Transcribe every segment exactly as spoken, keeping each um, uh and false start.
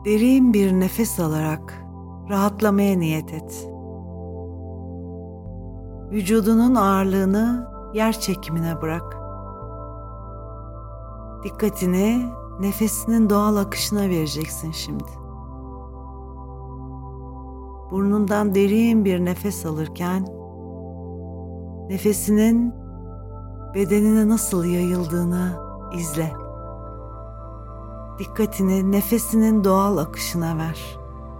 Derin bir nefes alarak rahatlamaya niyet et. Vücudunun ağırlığını yer çekimine bırak. Dikkatini nefesinin doğal akışına vereceksin şimdi. Burnundan derin bir nefes alırken nefesinin bedenine nasıl yayıldığını izle. Dikkatini nefesinin doğal akışına ver.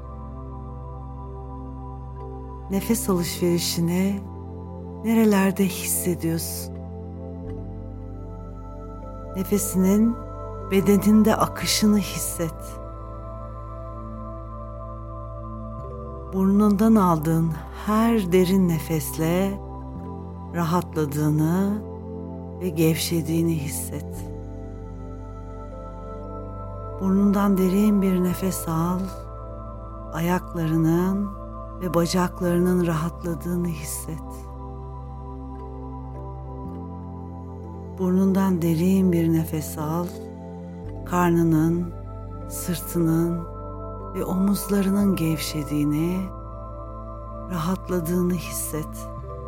Nefes alışverişini nerelerde hissediyorsun? Nefesinin bedeninde akışını hisset. Burnundan aldığın her derin nefesle rahatladığını ve gevşediğini hisset. Burnundan derin bir nefes al, ayaklarının ve bacaklarının rahatladığını hisset. Burnundan derin bir nefes al, karnının, sırtının ve omuzlarının gevşediğini, rahatladığını hisset.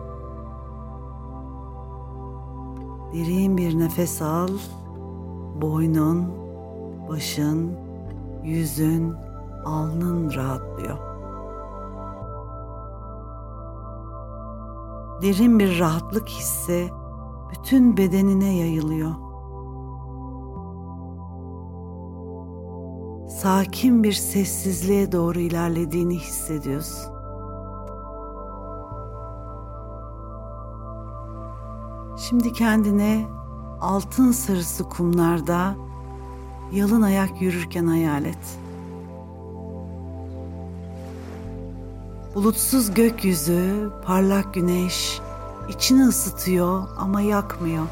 Derin bir nefes al, boynun, başın, yüzün, alnın rahatlıyor. Derin bir rahatlık hissi bütün bedenine yayılıyor. Sakin bir sessizliğe doğru ilerlediğini hissediyorsun. Şimdi kendine altın sarısı kumlarda yalın ayak yürürken hayal et. Bulutsuz gökyüzü, parlak güneş içini ısıtıyor ama yakmıyor.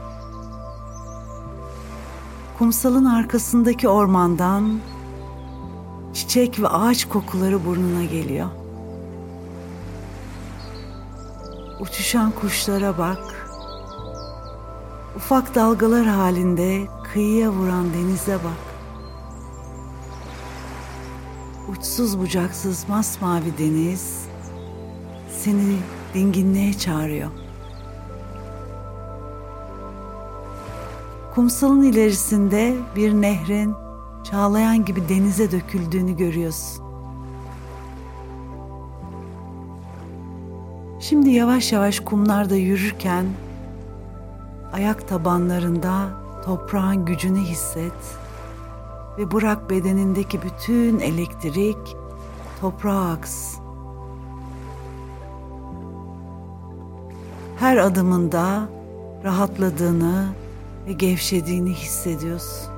Kumsalın arkasındaki ormandan çiçek ve ağaç kokuları burnuna geliyor. Uçuşan kuşlara bak. Ufak dalgalar halinde kıyıya vuran denize bak. Uçsuz bucaksız masmavi deniz seni dinginliğe çağırıyor. Kumsalın ilerisinde bir nehrin çağlayan gibi denize döküldüğünü görüyorsun. Şimdi yavaş yavaş kumlarda yürürken ayak tabanlarında toprağın gücünü hisset ve bırak bedenindeki bütün elektrik toprağa aksın. Her adımında rahatladığını ve gevşediğini hissediyorsun.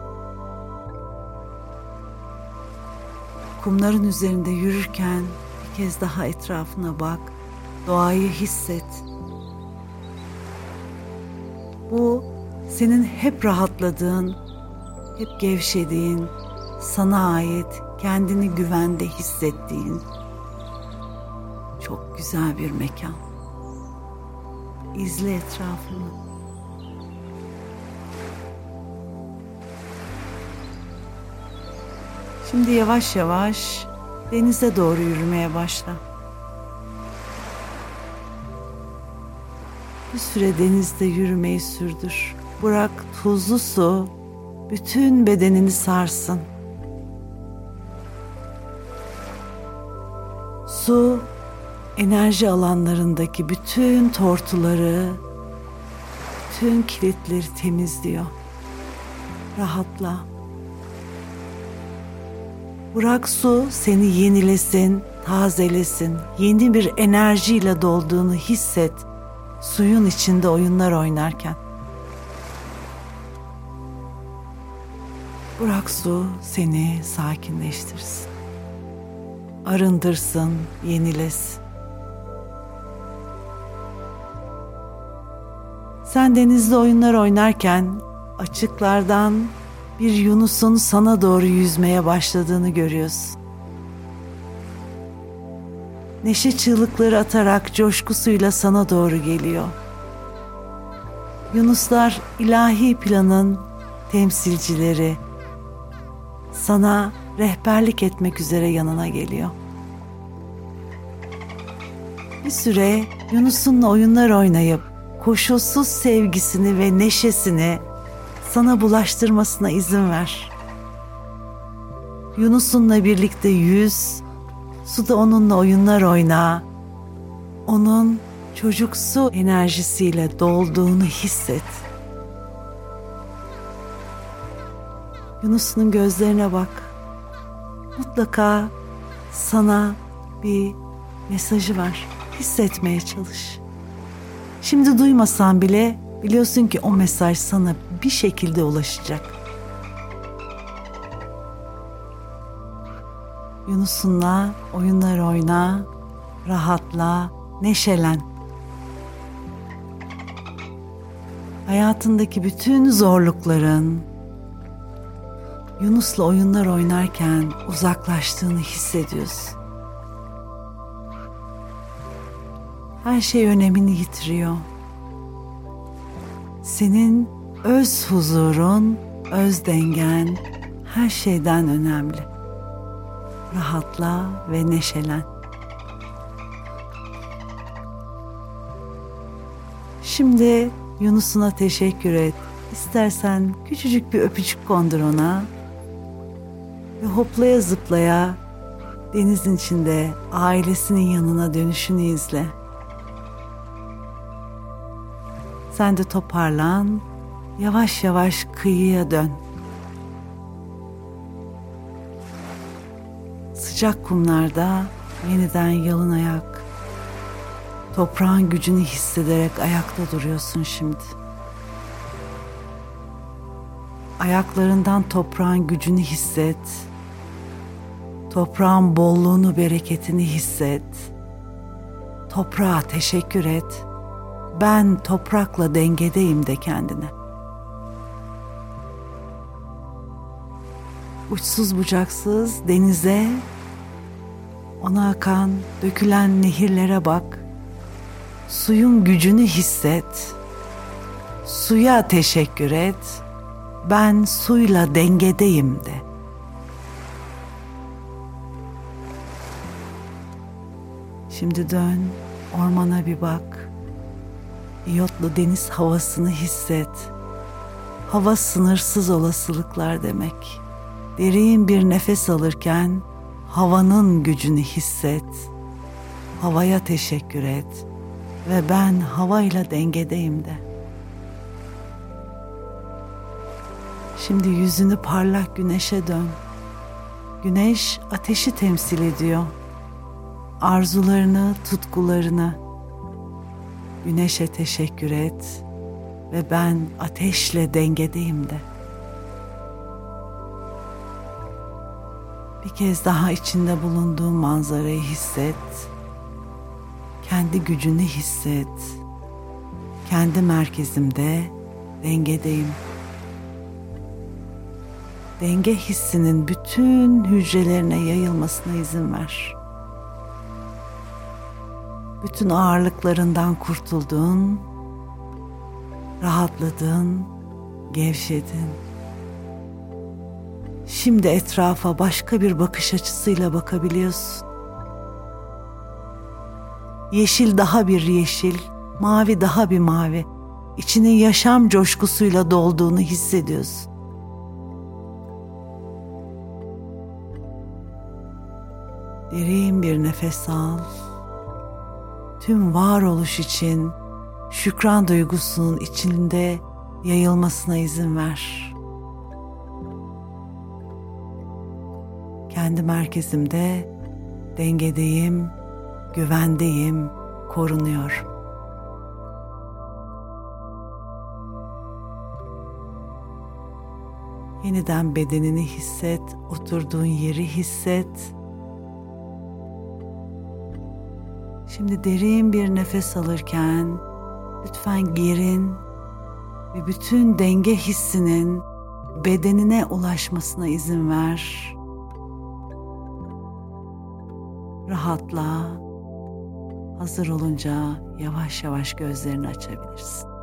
Kumların üzerinde yürürken bir kez daha etrafına bak, doğayı hisset. Bu senin hep rahatladığın, hep gevşediğin, sana ait, kendini güvende hissettiğin çok güzel bir mekan. İzle etrafını. Şimdi yavaş yavaş denize doğru yürümeye başla. Bir süre denizde yürümeyi sürdür. Bırak tuzlu su bütün bedenini sarsın. Su enerji alanlarındaki bütün tortuları, bütün kilitleri temizliyor. Rahatla. Bırak su seni yenilesin, tazelesin, yeni bir enerjiyle dolduğunu hisset, suyun içinde oyunlar oynarken. Bırak su seni sakinleştirsin, arındırsın, yenilesin. Sen denizde oyunlar oynarken açıklardan bir yunusun sana doğru yüzmeye başladığını görüyorsun. Neşe çığlıkları atarak coşkusuyla sana doğru geliyor. Yunuslar ilahi planın temsilcileri. Sana rehberlik etmek üzere yanına geliyor. Bir süre Yunus'unla oyunlar oynayıp koşulsuz sevgisini ve neşesini sana bulaştırmasına izin ver. Yunus'unla birlikte yüz, suda onunla oyunlar oyna. Onun çocuksu enerjisiyle dolduğunu hisset. Yunus'un gözlerine bak. Mutlaka sana bir mesajı var. Hissetmeye çalış. Şimdi duymasan bile biliyorsun ki o mesaj sana bir şekilde ulaşacak. Yunus'unla oyunlar oyna, rahatla, neşelen. Hayatındaki bütün zorlukların Yunus'la oyunlar oynarken uzaklaştığını hissediyorsun. Her şey önemini yitiriyor. Senin öz huzurun, öz dengen her şeyden önemli. Rahatla ve neşelen. Şimdi Yunus'una teşekkür et. İstersen küçücük bir öpücük kondur ona. Ve hoplaya zıplaya denizin içinde ailesinin yanına dönüşünü izle. Sen de toparlan, yavaş yavaş kıyıya dön. Sıcak kumlarda yeniden yalın ayak, toprağın gücünü hissederek ayakta duruyorsun şimdi. Ayaklarından toprağın gücünü hisset. Toprağın bolluğunu, bereketini hisset. Toprağa teşekkür et. Ben toprakla dengedeyim de kendine. Uçsuz bucaksız denize, ona akan, dökülen nehirlere bak. Suyun gücünü hisset. Suya teşekkür et. Ben suyla dengedeyim de. Şimdi dön, ormana bir bak. İyotlu deniz havasını hisset. Hava sınırsız olasılıklar demek. Derin bir nefes alırken havanın gücünü hisset. Havaya teşekkür et ve ben havayla dengedeyim de. Şimdi yüzünü parlak güneşe dön. Güneş ateşi temsil ediyor. Arzularını, tutkularını. Güneşe teşekkür et ve ben ateşle dengedeyim de. Bir kez daha içinde bulunduğun manzarayı hisset. Kendi gücünü hisset. Kendi merkezimde dengedeyim. Denge hissinin bütün hücrelerine yayılmasına izin ver. Bütün ağırlıklarından kurtuldun, rahatladın, gevşedin. Şimdi etrafa başka bir bakış açısıyla bakabiliyorsun. Yeşil daha bir yeşil, mavi daha bir mavi. İçinin yaşam coşkusuyla dolduğunu hissediyorsun. Derin bir nefes al. Tüm varoluş için şükran duygusunun içinde yayılmasına izin ver. Kendi merkezimde dengedeyim, güvendeyim, korunuyorum. Yeniden bedenini hisset, oturduğun yeri hisset. Şimdi derin bir nefes alırken lütfen gerin ve bütün denge hissinin bedenine ulaşmasına izin ver. Rahatla. Hazır olunca yavaş yavaş gözlerini açabilirsin.